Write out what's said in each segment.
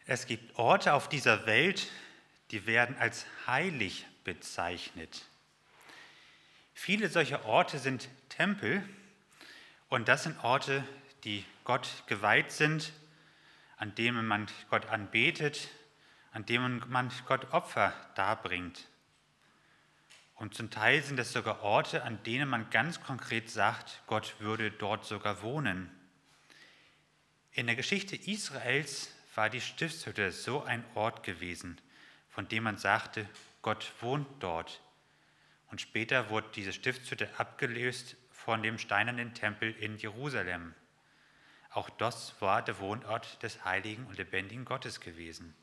Es gibt Orte auf dieser Welt, die werden als heilig bezeichnet. Viele solcher Orte sind Tempel und das sind Orte, die Gott geweiht sind, an denen man Gott anbetet, an denen man Gott Opfer darbringt. Und zum Teil sind es sogar Orte, an denen man ganz konkret sagt, Gott würde dort sogar wohnen. In der Geschichte Israels war die Stiftshütte so ein Ort gewesen, von dem man sagte, Gott wohnt dort. Und später wurde diese Stiftshütte abgelöst von dem steinernen Tempel in Jerusalem. Auch das war der Wohnort des heiligen und lebendigen Gottes gewesen.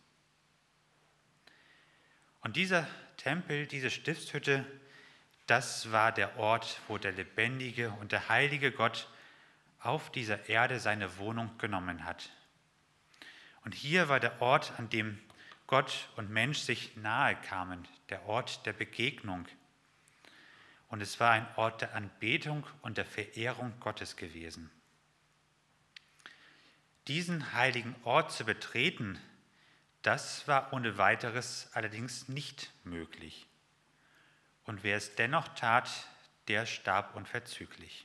Und dieser Tempel, diese Stiftshütte, das war der Ort, wo der lebendige und der heilige Gott auf dieser Erde seine Wohnung genommen hat. Und hier war der Ort, an dem Gott und Mensch sich nahe kamen, der Ort der Begegnung. Und es war ein Ort der Anbetung und der Verehrung Gottes gewesen. Diesen heiligen Ort zu betreten, das war ohne weiteres allerdings nicht möglich. Und wer es dennoch tat, der starb unverzüglich.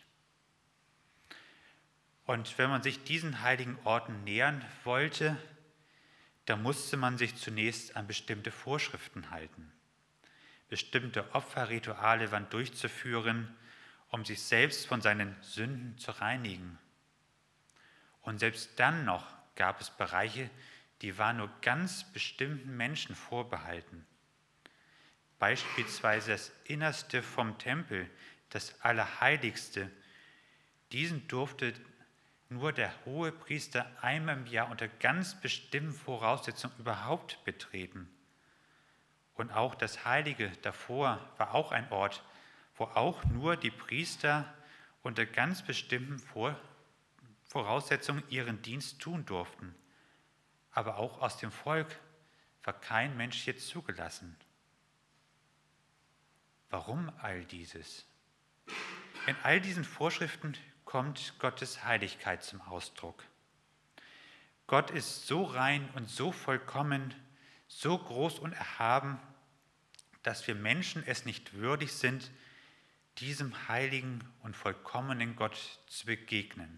Und wenn man sich diesen heiligen Orten nähern wollte, da musste man sich zunächst an bestimmte Vorschriften halten. Bestimmte Opferrituale waren durchzuführen, um sich selbst von seinen Sünden zu reinigen. Und selbst dann noch gab es Bereiche, die waren nur ganz bestimmten Menschen vorbehalten. Beispielsweise das Innerste vom Tempel, das Allerheiligste. Diesen durfte nur der Hohepriester einmal im Jahr unter ganz bestimmten Voraussetzungen überhaupt betreten. Und auch das Heilige davor war auch ein Ort, wo auch nur die Priester unter ganz bestimmten Voraussetzungen ihren Dienst tun durften. Aber auch aus dem Volk war kein Mensch hier zugelassen. Warum all dieses? In all diesen Vorschriften kommt Gottes Heiligkeit zum Ausdruck. Gott ist so rein und so vollkommen, so groß und erhaben, dass wir Menschen es nicht würdig sind, diesem heiligen und vollkommenen Gott zu begegnen.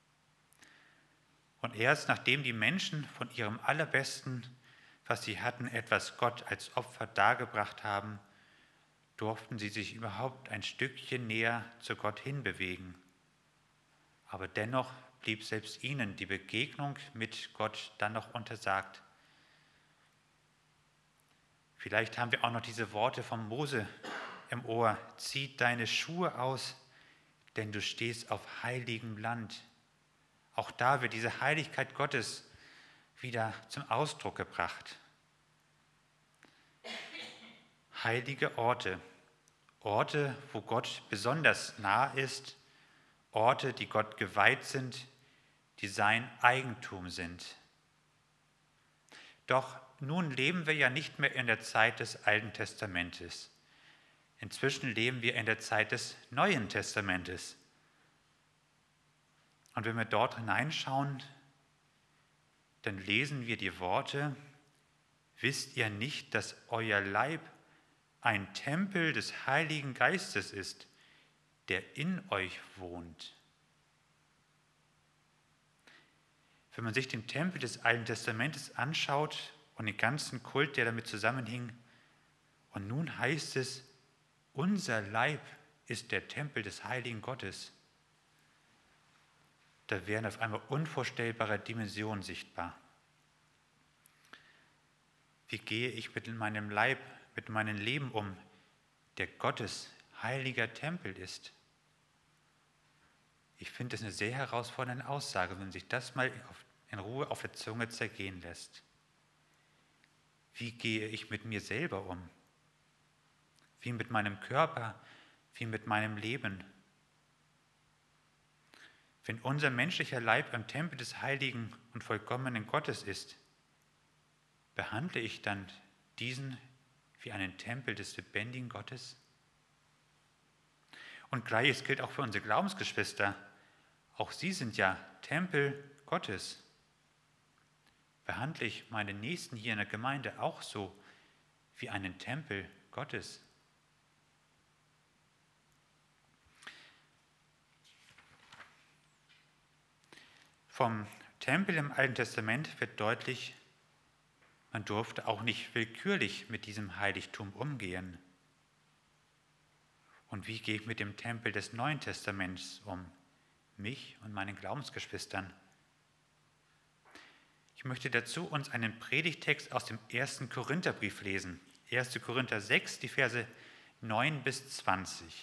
Und erst nachdem die Menschen von ihrem Allerbesten, was sie hatten, etwas Gott als Opfer dargebracht haben, durften sie sich überhaupt ein Stückchen näher zu Gott hinbewegen. Aber dennoch blieb selbst ihnen die Begegnung mit Gott dann noch untersagt. Vielleicht haben wir auch noch diese Worte von Mose im Ohr. Zieh deine Schuhe aus, denn du stehst auf heiligem Land. Auch da wird diese Heiligkeit Gottes wieder zum Ausdruck gebracht. Heilige Orte, Orte, wo Gott besonders nah ist, Orte, die Gott geweiht sind, die sein Eigentum sind. Doch nun leben wir ja nicht mehr in der Zeit des Alten Testamentes. Inzwischen leben wir in der Zeit des Neuen Testamentes. Und wenn wir dort hineinschauen, dann lesen wir die Worte, wisst ihr nicht, dass euer Leib ein Tempel des Heiligen Geistes ist, der in euch wohnt? Wenn man sich den Tempel des Alten Testamentes anschaut und den ganzen Kult, der damit zusammenhing, und nun heißt es, unser Leib ist der Tempel des Heiligen Gottes, da werden auf einmal unvorstellbare Dimensionen sichtbar. Wie gehe ich mit meinem Leib, mit meinem Leben um, der Gottes heiliger Tempel ist? Ich finde das eine sehr herausfordernde Aussage, wenn man sich das mal in Ruhe auf der Zunge zergehen lässt. Wie gehe ich mit mir selber um? Wie mit meinem Körper? Wie mit meinem Leben? Wenn unser menschlicher Leib ein Tempel des heiligen und vollkommenen Gottes ist, behandle ich dann diesen wie einen Tempel des lebendigen Gottes? Und Gleiches gilt auch für unsere Glaubensgeschwister. Auch sie sind ja Tempel Gottes. behandle ich meine Nächsten hier in der Gemeinde auch so wie einen Tempel Gottes? Vom Tempel im Alten Testament wird deutlich, man durfte auch nicht willkürlich mit diesem Heiligtum umgehen. Und wie gehe ich mit dem Tempel des Neuen Testaments um? Mich und meinen Glaubensgeschwistern. Ich möchte dazu uns einen Predigtext aus dem 1. Korintherbrief lesen. 1. Korinther 6, die Verse 9 bis 20.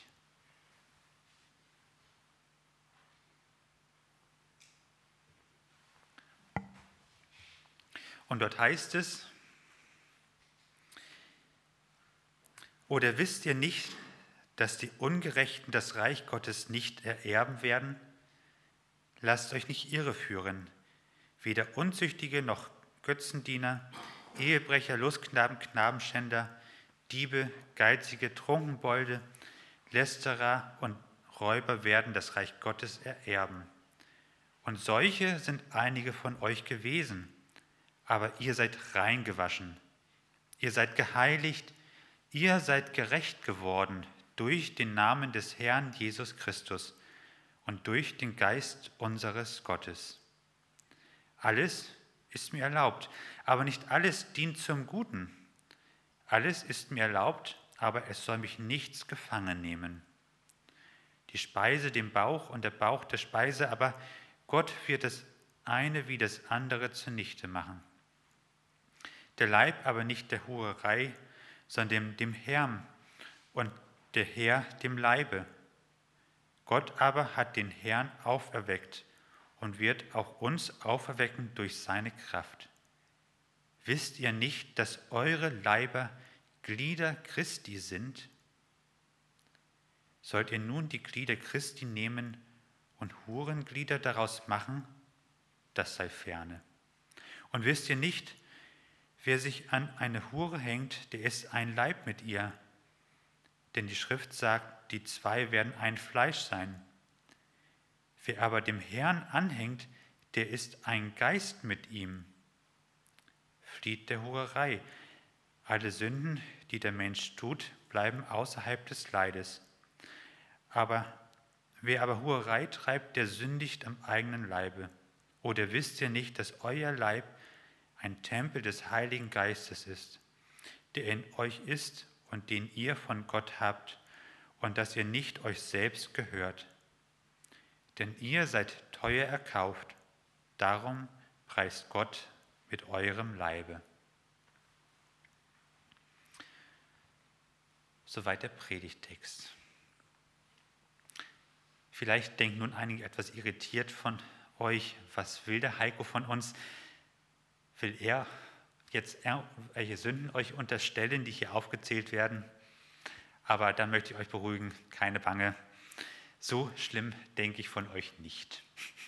Und dort heißt es: Oder wisst ihr nicht, dass die Ungerechten das Reich Gottes nicht ererben werden? Lasst euch nicht irreführen. Weder Unzüchtige noch Götzendiener, Ehebrecher, Lustknaben, Knabenschänder, Diebe, Geizige, Trunkenbolde, Lästerer und Räuber werden das Reich Gottes ererben. Und solche sind einige von euch gewesen. Aber ihr seid rein gewaschen, ihr seid geheiligt, ihr seid gerecht geworden durch den Namen des Herrn Jesus Christus und durch den Geist unseres Gottes. Alles ist mir erlaubt, aber nicht alles dient zum Guten. Alles ist mir erlaubt, aber es soll mich nichts gefangen nehmen. Die Speise dem Bauch und der Bauch der Speise, aber Gott wird das eine wie das andere zunichte machen. Der Leib aber nicht der Hurerei, sondern dem Herrn und der Herr dem Leibe. Gott aber hat den Herrn auferweckt und wird auch uns auferwecken durch seine Kraft. Wisst ihr nicht, dass eure Leiber Glieder Christi sind? Sollt ihr nun die Glieder Christi nehmen und Hurenglieder daraus machen? Das sei ferne. Und wisst ihr nicht, wer sich an eine Hure hängt, der ist ein Leib mit ihr. Denn die Schrift sagt, die zwei werden ein Fleisch sein. Wer aber dem Herrn anhängt, der ist ein Geist mit ihm. Flieht der Hurerei. Alle Sünden, die der Mensch tut, bleiben außerhalb des Leides. Wer aber Hurerei treibt, der sündigt am eigenen Leibe. Oder wisst ihr nicht, dass euer Leib ein Tempel des Heiligen Geistes ist, der in euch ist und den ihr von Gott habt, und dass ihr nicht euch selbst gehört? Denn ihr seid teuer erkauft, darum preist Gott mit eurem Leibe. Soweit der Predigtext. Vielleicht denken nun einige etwas irritiert von euch, was will der Heiko von uns? Will er jetzt welche Sünden euch unterstellen, die hier aufgezählt werden? Aber da möchte ich euch beruhigen, keine Bange. So schlimm denke ich von euch nicht.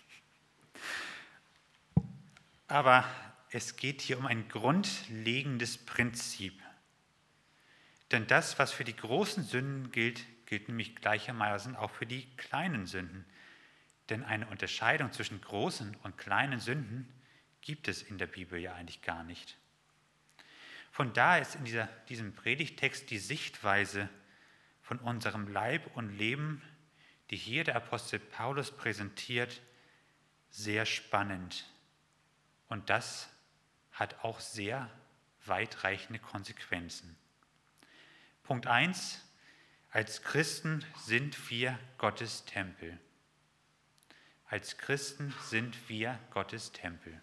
Aber es geht hier um ein grundlegendes Prinzip. Denn das, was für die großen Sünden gilt, gilt nämlich gleichermaßen auch für die kleinen Sünden. Denn eine Unterscheidung zwischen großen und kleinen Sünden gibt es in der Bibel ja eigentlich gar nicht. Von daher ist in diesem Predigtext die Sichtweise von unserem Leib und Leben, die hier der Apostel Paulus präsentiert, sehr spannend. Und das hat auch sehr weitreichende Konsequenzen. Punkt 1. Als Christen sind wir Gottes Tempel. Als Christen sind wir Gottes Tempel.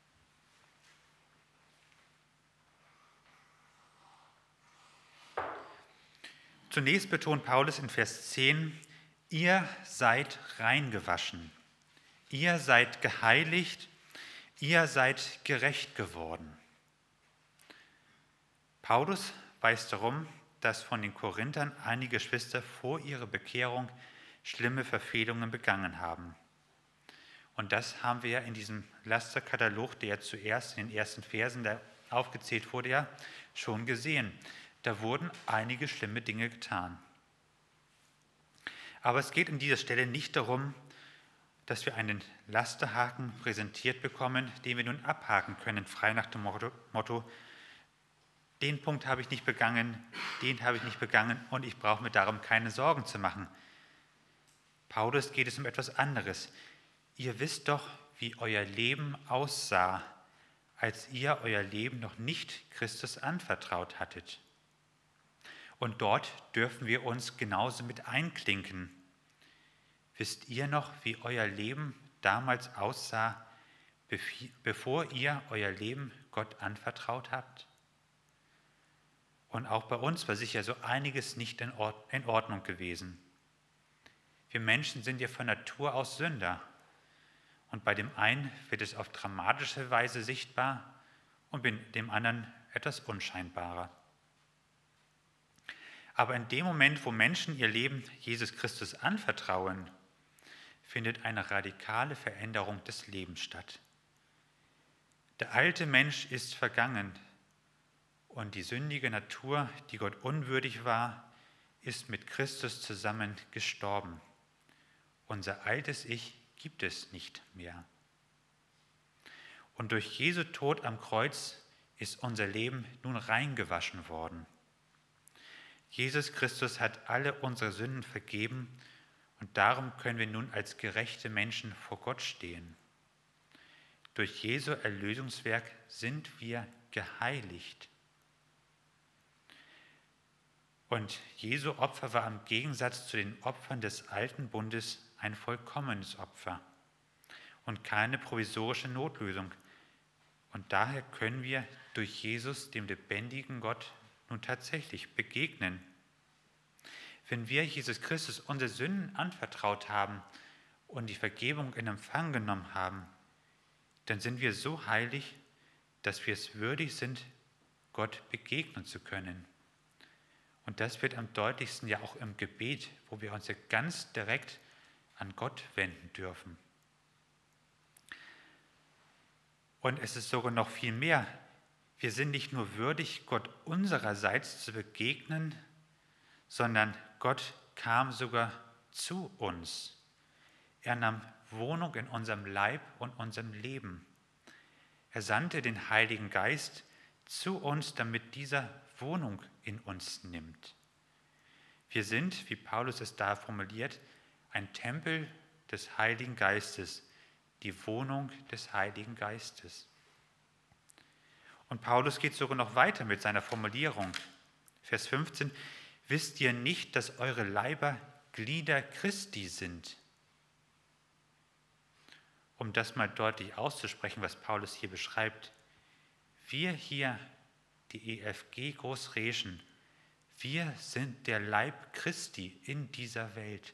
Zunächst betont Paulus in Vers 10, ihr seid reingewaschen, ihr seid geheiligt, ihr seid gerecht geworden. Paulus weist darum, dass von den Korinthern einige Geschwister vor ihrer Bekehrung schlimme Verfehlungen begangen haben. Und das haben wir ja in diesem Lasterkatalog, der zuerst in den ersten Versen da aufgezählt wurde, ja schon gesehen. Da wurden einige schlimme Dinge getan. Aber es geht an dieser Stelle nicht darum, dass wir einen Lasterhaken präsentiert bekommen, den wir nun abhaken können, frei nach dem Motto, den Punkt habe ich nicht begangen, den habe ich nicht begangen und ich brauche mir darum keine Sorgen zu machen. Paulus geht es um etwas anderes. Ihr wisst doch, wie euer Leben aussah, als ihr euer Leben noch nicht Christus anvertraut hattet. Und dort dürfen wir uns genauso mit einklinken. Wisst ihr noch, wie euer Leben damals aussah, bevor ihr euer Leben Gott anvertraut habt? Und auch bei uns war sicher so einiges nicht in Ordnung gewesen. Wir Menschen sind ja von Natur aus Sünder. Und bei dem einen wird es auf dramatische Weise sichtbar und bei dem anderen etwas unscheinbarer. Aber in dem Moment, wo Menschen ihr Leben Jesus Christus anvertrauen, findet eine radikale Veränderung des Lebens statt. Der alte Mensch ist vergangen und die sündige Natur, die Gott unwürdig war, ist mit Christus zusammen gestorben. Unser altes Ich gibt es nicht mehr. Und durch Jesu Tod am Kreuz ist unser Leben nun reingewaschen worden. Jesus Christus hat alle unsere Sünden vergeben und darum können wir nun als gerechte Menschen vor Gott stehen. Durch Jesu Erlösungswerk sind wir geheiligt. Und Jesu Opfer war im Gegensatz zu den Opfern des alten Bundes ein vollkommenes Opfer und keine provisorische Notlösung. Und daher können wir durch Jesus, dem lebendigen Gott, nun tatsächlich begegnen. Wenn wir Jesus Christus unsere Sünden anvertraut haben und die Vergebung in Empfang genommen haben, dann sind wir so heilig, dass wir es würdig sind, Gott begegnen zu können. Und das wird am deutlichsten ja auch im Gebet, wo wir uns ja ganz direkt an Gott wenden dürfen. Und es ist sogar noch viel mehr. Wir sind nicht nur würdig, Gott unsererseits zu begegnen, sondern Gott kam sogar zu uns. Er nahm Wohnung in unserem Leib und unserem Leben. Er sandte den Heiligen Geist zu uns, damit dieser Wohnung in uns nimmt. Wir sind, wie Paulus es da formuliert, ein Tempel des Heiligen Geistes, die Wohnung des Heiligen Geistes. Und Paulus geht sogar noch weiter mit seiner Formulierung. Vers 15, wisst ihr nicht, dass eure Leiber Glieder Christi sind? Um das mal deutlich auszusprechen, was Paulus hier beschreibt. Wir hier, die EFG Großreschen, wir sind der Leib Christi in dieser Welt.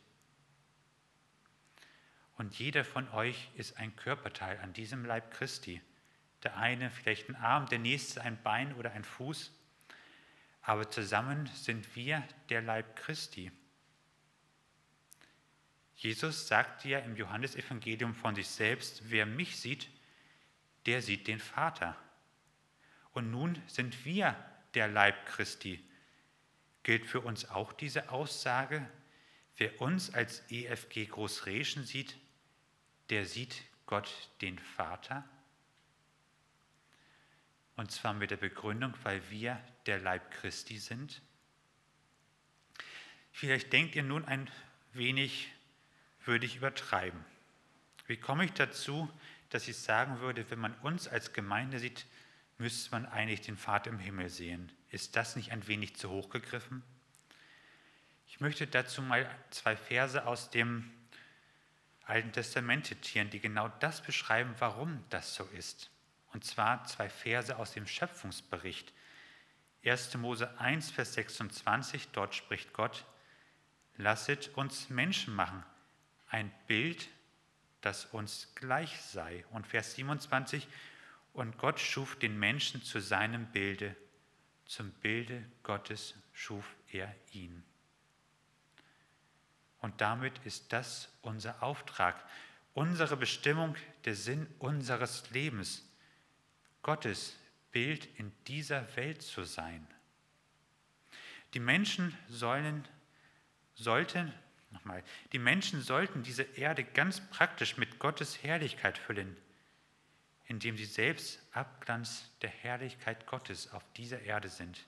Und jeder von euch ist ein Körperteil an diesem Leib Christi. Der eine vielleicht ein Arm, der nächste ein Bein oder ein Fuß. Aber zusammen sind wir der Leib Christi. Jesus sagte ja im Johannesevangelium von sich selbst, wer mich sieht, der sieht den Vater. Und nun sind wir der Leib Christi. Gilt für uns auch diese Aussage, wer uns als EFG Großreschen sieht, der sieht Gott den Vater? Und zwar mit der Begründung, weil wir der Leib Christi sind. Vielleicht denkt ihr nun ein wenig, würde ich übertreiben. Wie komme ich dazu, dass ich sagen würde, wenn man uns als Gemeinde sieht, müsste man eigentlich den Vater im Himmel sehen? Ist das nicht ein wenig zu hoch gegriffen? Ich möchte dazu mal 2 Verse aus dem Alten Testament zitieren, die genau das beschreiben, warum das so ist. Und zwar 2 Verse aus dem Schöpfungsbericht. 1. Mose 1, Vers 26, dort spricht Gott, lasset uns Menschen machen, ein Bild, das uns gleich sei. Und Vers 27, und Gott schuf den Menschen zu seinem Bilde, zum Bilde Gottes schuf er ihn. Und damit ist das unser Auftrag, unsere Bestimmung, der Sinn unseres Lebens, Gottes Bild in dieser Welt zu sein. Die Menschen sollten Nochmal. Die Menschen sollten diese Erde ganz praktisch mit Gottes Herrlichkeit füllen, indem sie selbst Abglanz der Herrlichkeit Gottes auf dieser Erde sind.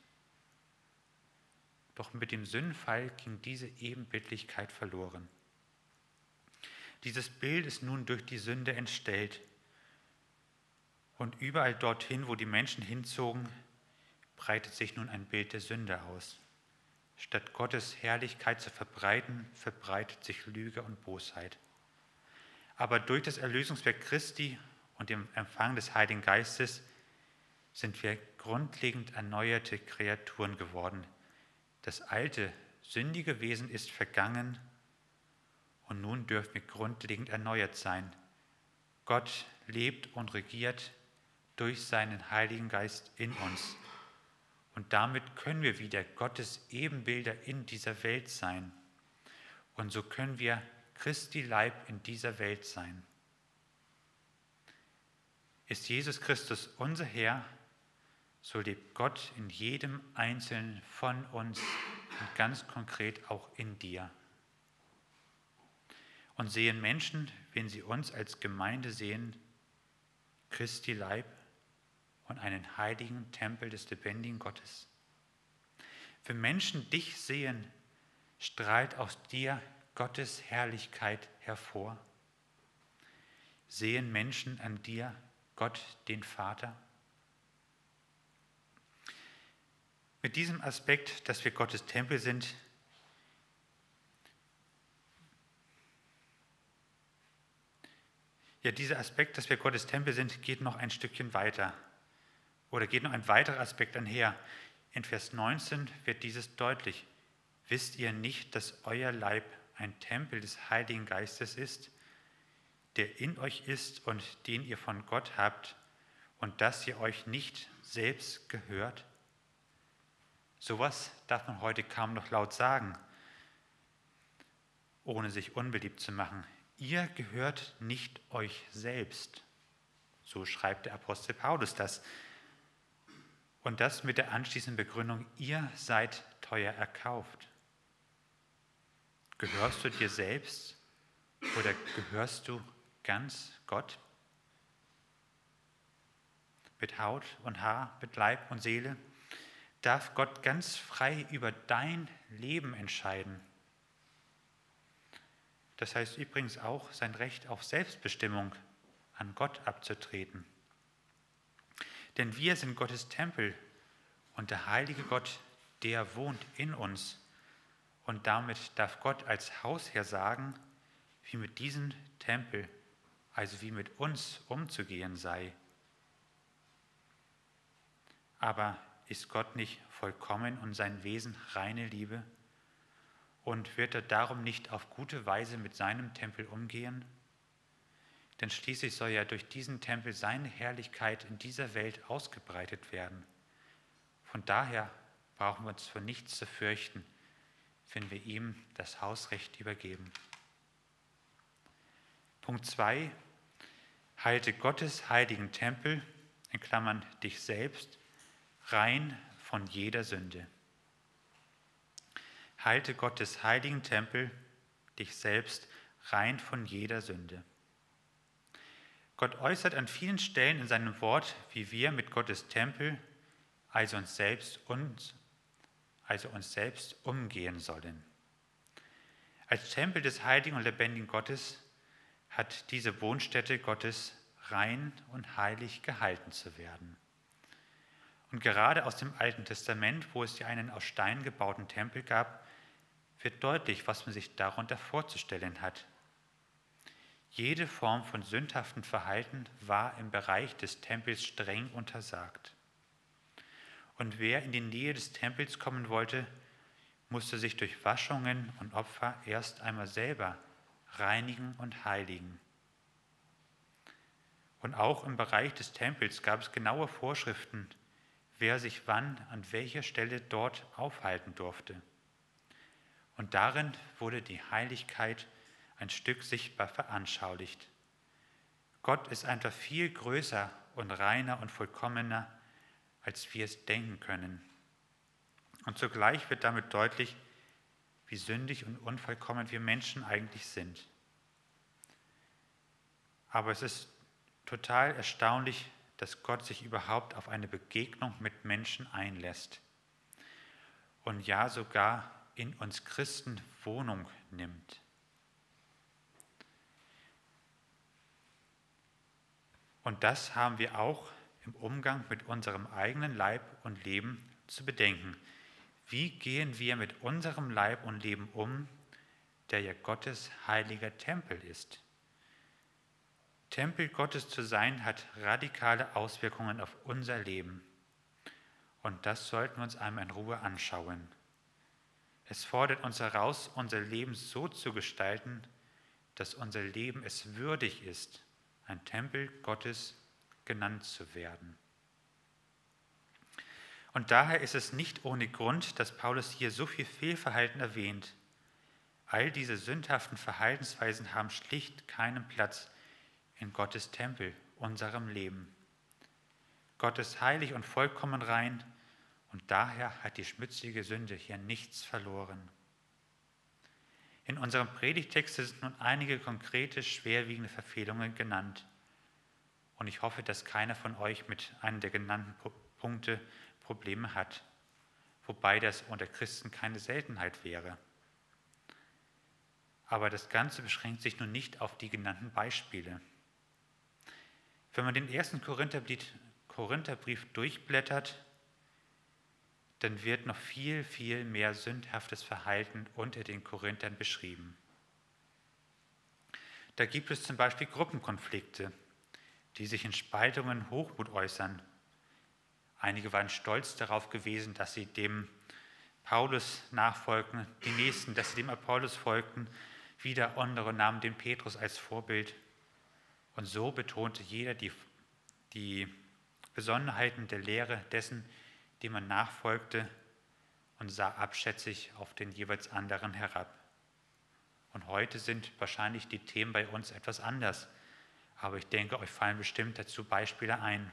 Doch mit dem Sündenfall ging diese Ebenbildlichkeit verloren. Dieses Bild ist nun durch die Sünde entstellt. Und überall dorthin, wo die Menschen hinzogen, breitet sich nun ein Bild der Sünde aus. Statt Gottes Herrlichkeit zu verbreiten, verbreitet sich Lüge und Bosheit. Aber durch das Erlösungswerk Christi und dem Empfang des Heiligen Geistes sind wir grundlegend erneuerte Kreaturen geworden. Das alte, sündige Wesen ist vergangen und nun dürfen wir grundlegend erneuert sein. Gott lebt und regiert durch seinen Heiligen Geist in uns. Und damit können wir wieder Gottes Ebenbilder in dieser Welt sein. Und so können wir Christi Leib in dieser Welt sein. Ist Jesus Christus unser Herr, so lebt Gott in jedem Einzelnen von uns und ganz konkret auch in dir. Und sehen Menschen, wenn sie uns als Gemeinde sehen, Christi Leib und einen heiligen Tempel des lebendigen Gottes. Wenn Menschen dich sehen, strahlt aus dir Gottes Herrlichkeit hervor. Sehen Menschen an dir Gott, den Vater? Mit diesem Aspekt, dass wir Gottes Tempel sind, dieser Aspekt, dass wir Gottes Tempel sind, geht noch ein Stückchen weiter. Oder geht noch ein weiterer Aspekt einher. In Vers 19 wird dieses deutlich. Wisst ihr nicht, dass euer Leib ein Tempel des Heiligen Geistes ist, der in euch ist und den ihr von Gott habt, und dass ihr euch nicht selbst gehört? Sowas darf man heute kaum noch laut sagen, ohne sich unbeliebt zu machen. Ihr gehört nicht euch selbst. So schreibt der Apostel Paulus das. Und das mit der anschließenden Begründung, ihr seid teuer erkauft. Gehörst du dir selbst oder gehörst du ganz Gott? Mit Haut und Haar, mit Leib und Seele darf Gott ganz frei über dein Leben entscheiden. Das heißt übrigens auch, sein Recht auf Selbstbestimmung an Gott abzutreten. Denn wir sind Gottes Tempel und der heilige Gott, der wohnt in uns. Und damit darf Gott als Hausherr sagen, wie mit diesem Tempel, also wie mit uns umzugehen sei. Aber ist Gott nicht vollkommen und sein Wesen reine Liebe? Und wird er darum nicht auf gute Weise mit seinem Tempel umgehen? Denn schließlich soll ja durch diesen Tempel seine Herrlichkeit in dieser Welt ausgebreitet werden. Von daher brauchen wir uns vor nichts zu fürchten, wenn wir ihm das Hausrecht übergeben. Punkt 2. Halte Gottes heiligen Tempel, in Klammern dich selbst, rein von jeder Sünde. Halte Gottes heiligen Tempel, dich selbst, rein von jeder Sünde. Gott äußert an vielen Stellen in seinem Wort, wie wir mit Gottes Tempel, also uns selbst umgehen sollen. Als Tempel des heiligen und lebendigen Gottes hat diese Wohnstätte Gottes rein und heilig gehalten zu werden. Und gerade aus dem Alten Testament, wo es ja einen aus Stein gebauten Tempel gab, wird deutlich, was man sich darunter vorzustellen hat. Jede Form von sündhaftem Verhalten war im Bereich des Tempels streng untersagt. Und wer in die Nähe des Tempels kommen wollte, musste sich durch Waschungen und Opfer erst einmal selber reinigen und heiligen. Und auch im Bereich des Tempels gab es genaue Vorschriften, wer sich wann an welcher Stelle dort aufhalten durfte. Und darin wurde die Heiligkeit ein Stück sichtbar veranschaulicht. Gott ist einfach viel größer und reiner und vollkommener, als wir es denken können. Und zugleich wird damit deutlich, wie sündig und unvollkommen wir Menschen eigentlich sind. Aber es ist total erstaunlich, dass Gott sich überhaupt auf eine Begegnung mit Menschen einlässt und ja sogar in uns Christen Wohnung nimmt. Und das haben wir auch im Umgang mit unserem eigenen Leib und Leben zu bedenken. Wie gehen wir mit unserem Leib und Leben um, der ja Gottes heiliger Tempel ist? Tempel Gottes zu sein, hat radikale Auswirkungen auf unser Leben. Und das sollten wir uns einmal in Ruhe anschauen. Es fordert uns heraus, unser Leben so zu gestalten, dass unser Leben es würdig ist, ein Tempel Gottes genannt zu werden. Und daher ist es nicht ohne Grund, dass Paulus hier so viel Fehlverhalten erwähnt. All diese sündhaften Verhaltensweisen haben schlicht keinen Platz in Gottes Tempel, unserem Leben. Gott ist heilig und vollkommen rein und daher hat die schmutzige Sünde hier nichts verloren. In unserem Predigtext sind nun einige konkrete, schwerwiegende Verfehlungen genannt. Und ich hoffe, dass keiner von euch mit einem der genannten Punkte Probleme hat, wobei das unter Christen keine Seltenheit wäre. Aber das Ganze beschränkt sich nun nicht auf die genannten Beispiele. Wenn man den ersten Korintherbrief durchblättert, dann wird noch viel, viel mehr sündhaftes Verhalten unter den Korinthern beschrieben. Da gibt es zum Beispiel Gruppenkonflikte, die sich in Spaltungen und Hochmut äußern. Einige waren stolz darauf gewesen, dass sie dem Paulus nachfolgten, die Nächsten, dass sie dem Apollos folgten, wieder andere nahmen den Petrus als Vorbild. Und so betonte jeder die Besonderheiten der Lehre dessen, dem man nachfolgte, und sah abschätzig auf den jeweils anderen herab. Und heute sind wahrscheinlich die Themen bei uns etwas anders, aber ich denke, euch fallen bestimmt dazu Beispiele ein.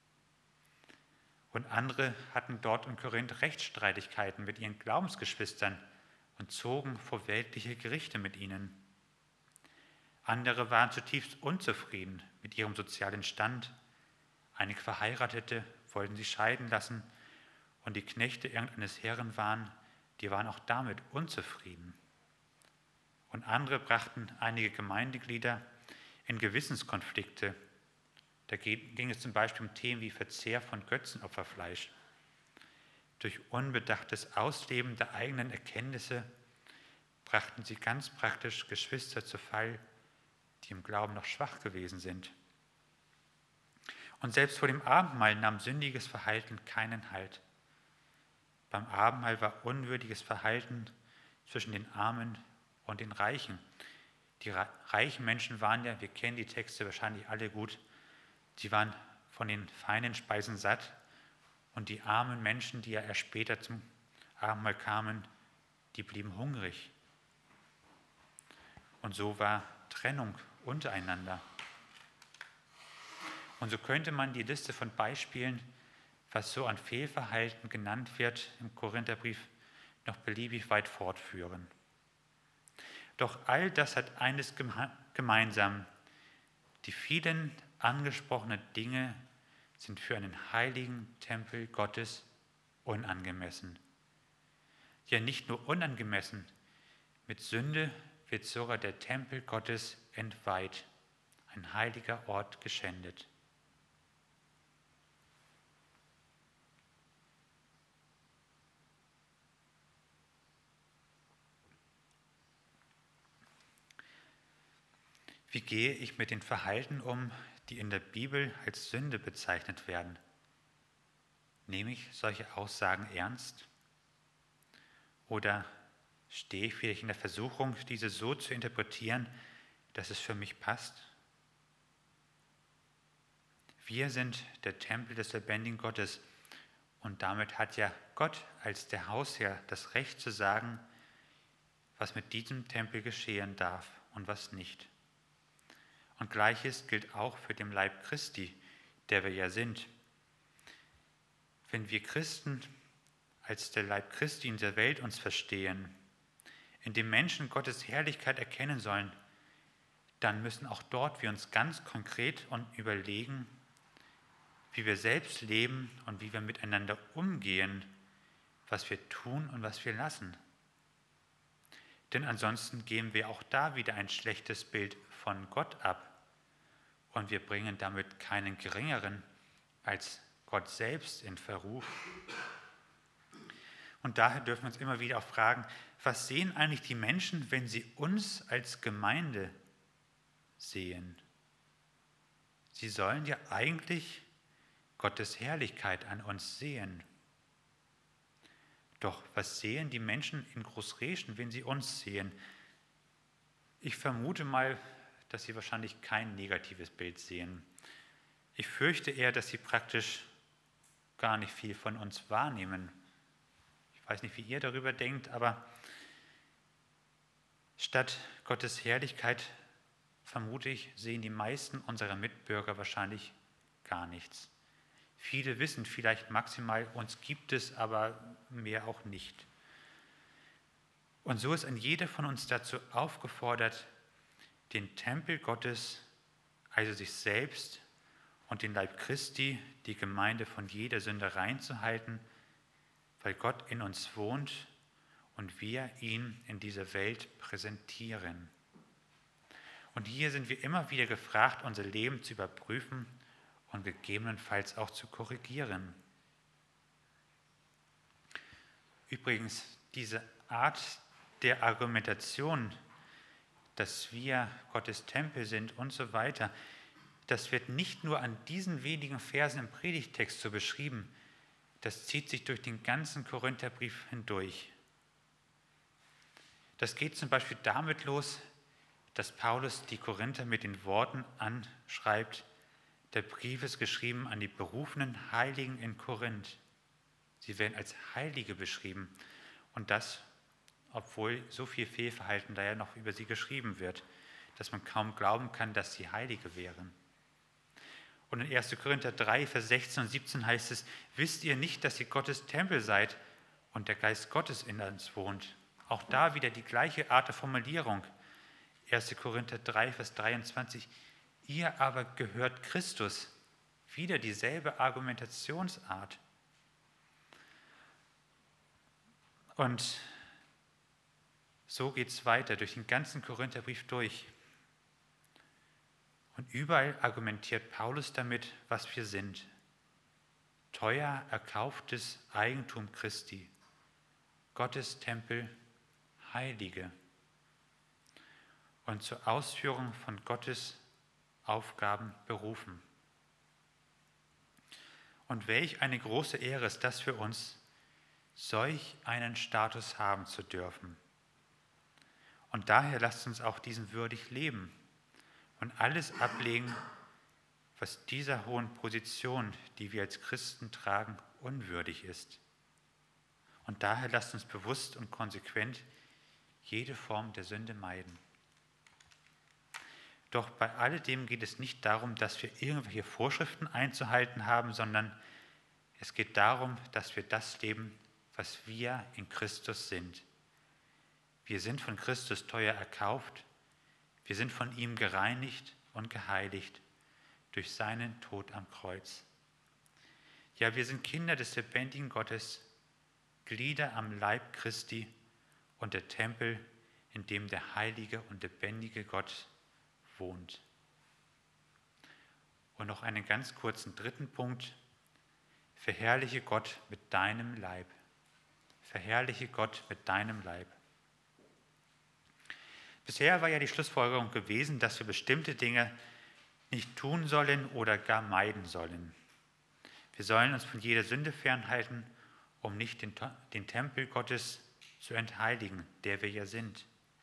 Und andere hatten dort in Korinth Rechtsstreitigkeiten mit ihren Glaubensgeschwistern und zogen vor weltliche Gerichte mit ihnen. Andere waren zutiefst unzufrieden mit ihrem sozialen Stand. Einige Verheiratete wollten sich scheiden lassen und die Knechte irgendeines Herren die waren auch damit unzufrieden. Und andere brachten einige Gemeindeglieder in Gewissenskonflikte. Da ging es zum Beispiel um Themen wie Verzehr von Götzenopferfleisch. Durch unbedachtes Ausleben der eigenen Erkenntnisse brachten sie ganz praktisch Geschwister zu Fall, die im Glauben noch schwach gewesen sind. Und selbst vor dem Abendmahl nahm sündiges Verhalten keinen Halt. Beim Abendmahl war unwürdiges Verhalten zwischen den Armen und den Reichen. Die reichen Menschen waren ja, wir kennen die Texte wahrscheinlich alle gut, sie waren von den feinen Speisen satt und die armen Menschen, die ja erst später zum Abendmahl kamen, die blieben hungrig. Und so war Trennung untereinander. Und so könnte man die Liste von Beispielen, was so an Fehlverhalten genannt wird im Korintherbrief, noch beliebig weit fortführen. Doch all das hat eines gemeinsam. Die vielen angesprochenen Dinge sind für einen heiligen Tempel Gottes unangemessen. Ja, nicht nur unangemessen, mit Sünde wird sogar der Tempel Gottes entweiht, ein heiliger Ort geschändet. Wie gehe ich mit den Verhalten um, die in der Bibel als Sünde bezeichnet werden? Nehme ich solche Aussagen ernst? Oder stehe ich vielleicht in der Versuchung, diese so zu interpretieren, dass es für mich passt? Wir sind der Tempel des lebendigen Gottes und damit hat ja Gott als der Hausherr das Recht zu sagen, was mit diesem Tempel geschehen darf und was nicht. Und Gleiches gilt auch für den Leib Christi, der wir ja sind. Wenn wir Christen als der Leib Christi in der Welt uns verstehen, in dem Menschen Gottes Herrlichkeit erkennen sollen, dann müssen auch dort wir uns ganz konkret und überlegen, wie wir selbst leben und wie wir miteinander umgehen, was wir tun und was wir lassen. Denn ansonsten geben wir auch da wieder ein schlechtes Bild von Gott ab und wir bringen damit keinen geringeren als Gott selbst in Verruf. Und daher dürfen wir uns immer wieder auch fragen, was sehen eigentlich die Menschen, wenn sie uns als Gemeinde sehen? Sie sollen ja eigentlich Gottes Herrlichkeit an uns sehen. Doch was sehen die Menschen in Großreschen, wenn sie uns sehen? Ich vermute mal, dass sie wahrscheinlich kein negatives Bild sehen. Ich fürchte eher, dass sie praktisch gar nicht viel von uns wahrnehmen. Ich weiß nicht, wie ihr darüber denkt, aber statt Gottes Herrlichkeit, vermute ich, sehen die meisten unserer Mitbürger wahrscheinlich gar nichts. Viele wissen vielleicht maximal, uns gibt es, aber mehr auch nicht. Und so ist ein jeder von uns dazu aufgefordert, den Tempel Gottes, also sich selbst und den Leib Christi, die Gemeinde von jeder Sünde reinzuhalten, weil Gott in uns wohnt und wir ihn in dieser Welt präsentieren. Und hier sind wir immer wieder gefragt, unser Leben zu überprüfen und gegebenenfalls auch zu korrigieren. Übrigens, diese Art der Argumentation, dass wir Gottes Tempel sind und so weiter, das wird nicht nur an diesen wenigen Versen im Predigtext so beschrieben, das zieht sich durch den ganzen Korintherbrief hindurch. Das geht zum Beispiel damit los, dass Paulus die Korinther mit den Worten anschreibt: Der Brief ist geschrieben an die berufenen Heiligen in Korinth. Sie werden als Heilige beschrieben. Und das, obwohl so viel Fehlverhalten da ja noch über sie geschrieben wird, dass man kaum glauben kann, dass sie Heilige wären. Und in 1. Korinther 3, Vers 16 und 17 heißt es: Wisst ihr nicht, dass ihr Gottes Tempel seid und der Geist Gottes in uns wohnt? Auch da wieder die gleiche Art der Formulierung. 1. Korinther 3, Vers 23: Ihr aber gehört Christus. Wieder dieselbe Argumentationsart. Und so geht es weiter durch den ganzen Korintherbrief durch. Und überall argumentiert Paulus damit, was wir sind. Teuer erkauftes Eigentum Christi, Gottes Tempel, Heilige. Und zur Ausführung von Gottes Aufgaben berufen. Und welch eine große Ehre ist das für uns, solch einen Status haben zu dürfen. Und daher lasst uns auch diesen würdig leben und alles ablegen, was dieser hohen Position, die wir als Christen tragen, unwürdig ist. Und daher lasst uns bewusst und konsequent jede Form der Sünde meiden. Doch bei alledem geht es nicht darum, dass wir irgendwelche Vorschriften einzuhalten haben, sondern es geht darum, dass wir das leben, was wir in Christus sind. Wir sind von Christus teuer erkauft, wir sind von ihm gereinigt und geheiligt durch seinen Tod am Kreuz. Ja, wir sind Kinder des lebendigen Gottes, Glieder am Leib Christi und der Tempel, in dem der heilige und lebendige Gott wohnt. Und noch einen ganz kurzen dritten Punkt. Verherrliche Gott mit deinem Leib. Verherrliche Gott mit deinem Leib. Bisher war ja die Schlussfolgerung gewesen, dass wir bestimmte Dinge nicht tun sollen oder gar meiden sollen. Wir sollen uns von jeder Sünde fernhalten, um nicht den Tempel Gottes zu entheiligen, der wir ja sind.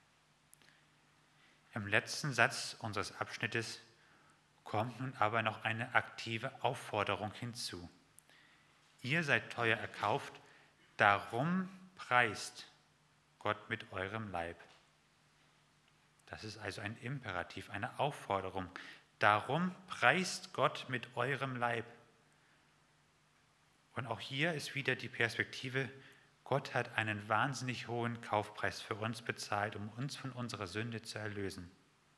Im letzten Satz unseres Abschnittes kommt nun aber noch eine aktive Aufforderung hinzu. Ihr seid teuer erkauft, darum preist Gott mit eurem Leib. Das ist also ein Imperativ, eine Aufforderung. Darum preist Gott mit eurem Leib. Und auch hier ist wieder die Perspektive, Gott hat einen wahnsinnig hohen Kaufpreis für uns bezahlt, um uns von unserer Sünde zu erlösen.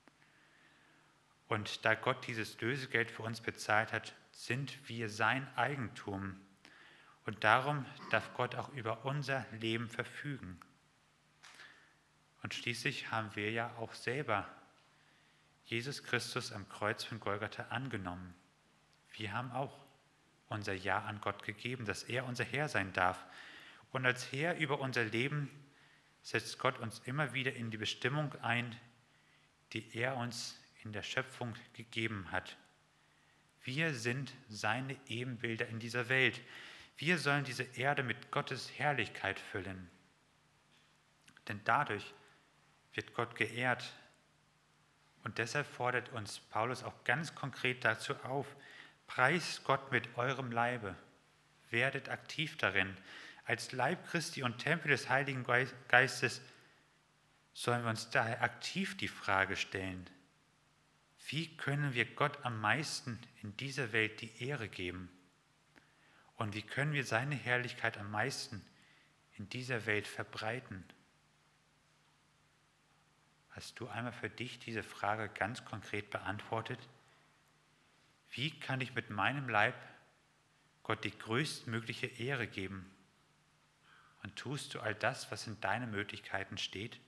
Und da Gott dieses Lösegeld für uns bezahlt hat, sind wir sein Eigentum. Und darum darf Gott auch über unser Leben verfügen. Und schließlich haben wir ja auch selber Jesus Christus am Kreuz von Golgatha angenommen. Wir haben auch unser Ja an Gott gegeben, dass er unser Herr sein darf. Und als Herr über unser Leben setzt Gott uns immer wieder in die Bestimmung ein, die er uns in der Schöpfung gegeben hat. Wir sind seine Ebenbilder in dieser Welt. Wir sollen diese Erde mit Gottes Herrlichkeit füllen. Denn dadurch wird Gott geehrt. Und deshalb fordert uns Paulus auch ganz konkret dazu auf: Preist Gott mit eurem Leibe, werdet aktiv darin. Als Leib Christi und Tempel des Heiligen Geistes sollen wir uns daher aktiv die Frage stellen: Wie können wir Gott am meisten in dieser Welt die Ehre geben? Und wie können wir seine Herrlichkeit am meisten in dieser Welt verbreiten? Hast du einmal für dich diese Frage ganz konkret beantwortet? Wie kann ich mit meinem Leib Gott die größtmögliche Ehre geben? Und tust du all das, was in deinen Möglichkeiten steht?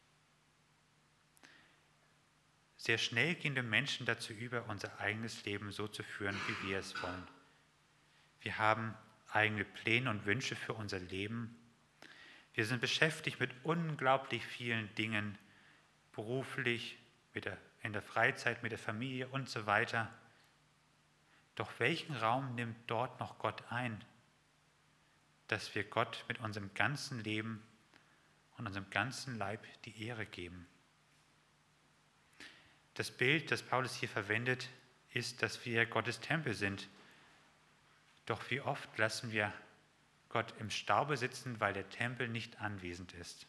Sehr schnell gehen wir Menschen dazu über, unser eigenes Leben so zu führen, wie wir es wollen. Wir haben eigene Pläne und Wünsche für unser Leben. Wir sind beschäftigt mit unglaublich vielen Dingen, beruflich, in der Freizeit, mit der Familie und so weiter. Doch welchen Raum nimmt dort noch Gott ein, dass wir Gott mit unserem ganzen Leben und unserem ganzen Leib die Ehre geben? Das Bild, das Paulus hier verwendet, ist, dass wir Gottes Tempel sind. Doch wie oft lassen wir Gott im Staube sitzen, weil der Tempel nicht anwesend ist?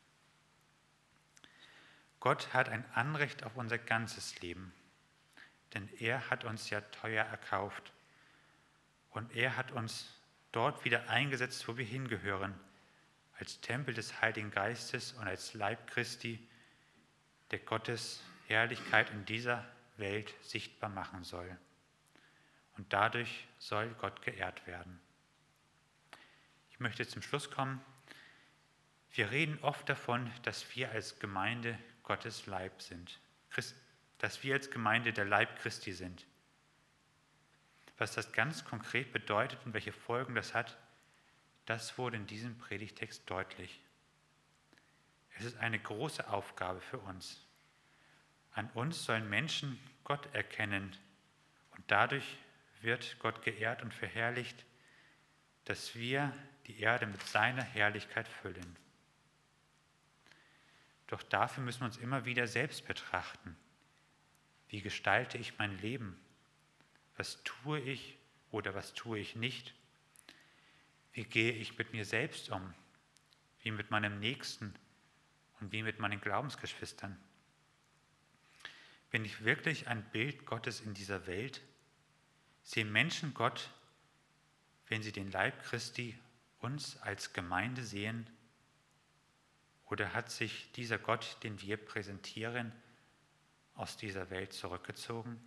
Gott hat ein Anrecht auf unser ganzes Leben, denn er hat uns ja teuer erkauft und er hat uns dort wieder eingesetzt, wo wir hingehören, als Tempel des Heiligen Geistes und als Leib Christi, der Gottes Herrlichkeit in dieser Welt sichtbar machen soll. Und dadurch soll Gott geehrt werden. Ich möchte zum Schluss kommen. Wir reden oft davon, dass wir als Gemeinde Gottes Leib sind, dass wir als Gemeinde der Leib Christi sind. Was das ganz konkret bedeutet und welche Folgen das hat, das wurde in diesem Predigtext deutlich. Es ist eine große Aufgabe für uns. An uns sollen Menschen Gott erkennen und dadurch wird Gott geehrt und verherrlicht, dass wir die Erde mit seiner Herrlichkeit füllen. Doch dafür müssen wir uns immer wieder selbst betrachten. Wie gestalte ich mein Leben? Was tue ich oder was tue ich nicht? Wie gehe ich mit mir selbst um? Wie mit meinem Nächsten und wie mit meinen Glaubensgeschwistern? Bin ich wirklich ein Bild Gottes in dieser Welt? Sehen Menschen Gott, wenn sie den Leib Christi, uns als Gemeinde sehen? Oder hat sich dieser Gott, den wir präsentieren, aus dieser Welt zurückgezogen?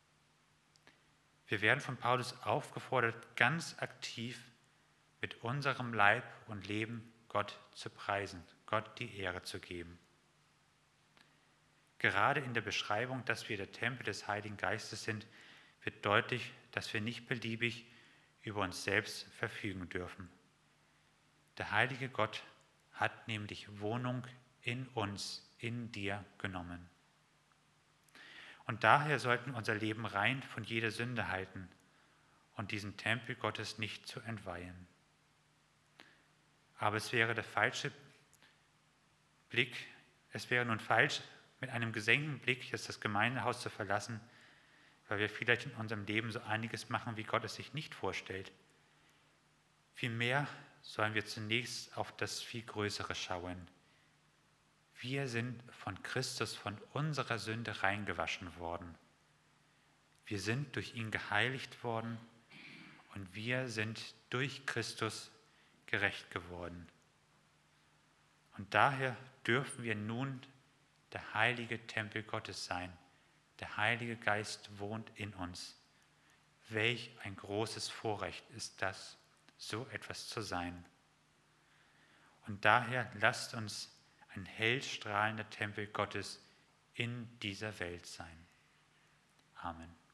Wir werden von Paulus aufgefordert, ganz aktiv mit unserem Leib und Leben Gott zu preisen, Gott die Ehre zu geben. Gerade in der Beschreibung, dass wir der Tempel des Heiligen Geistes sind, wird deutlich, dass wir nicht beliebig über uns selbst verfügen dürfen. Der heilige Gott hat nämlich Wohnung in uns, in dir genommen. Und daher sollten unser Leben rein von jeder Sünde halten und diesen Tempel Gottes nicht zu entweihen. Aber es wäre der falsche Blick, es wäre nun falsch, mit einem gesenkten Blick jetzt das Gemeindehaus zu verlassen, weil wir vielleicht in unserem Leben so einiges machen, wie Gott es sich nicht vorstellt. Vielmehr sollen wir zunächst auf das viel Größere schauen. Wir sind von Christus, von unserer Sünde reingewaschen worden. Wir sind durch ihn geheiligt worden und wir sind durch Christus gerecht geworden. Und daher dürfen wir nun der heilige Tempel Gottes sein. Der Heilige Geist wohnt in uns. Welch ein großes Vorrecht ist das, so etwas zu sein. Und daher lasst uns ein hell strahlender Tempel Gottes in dieser Welt sein. Amen.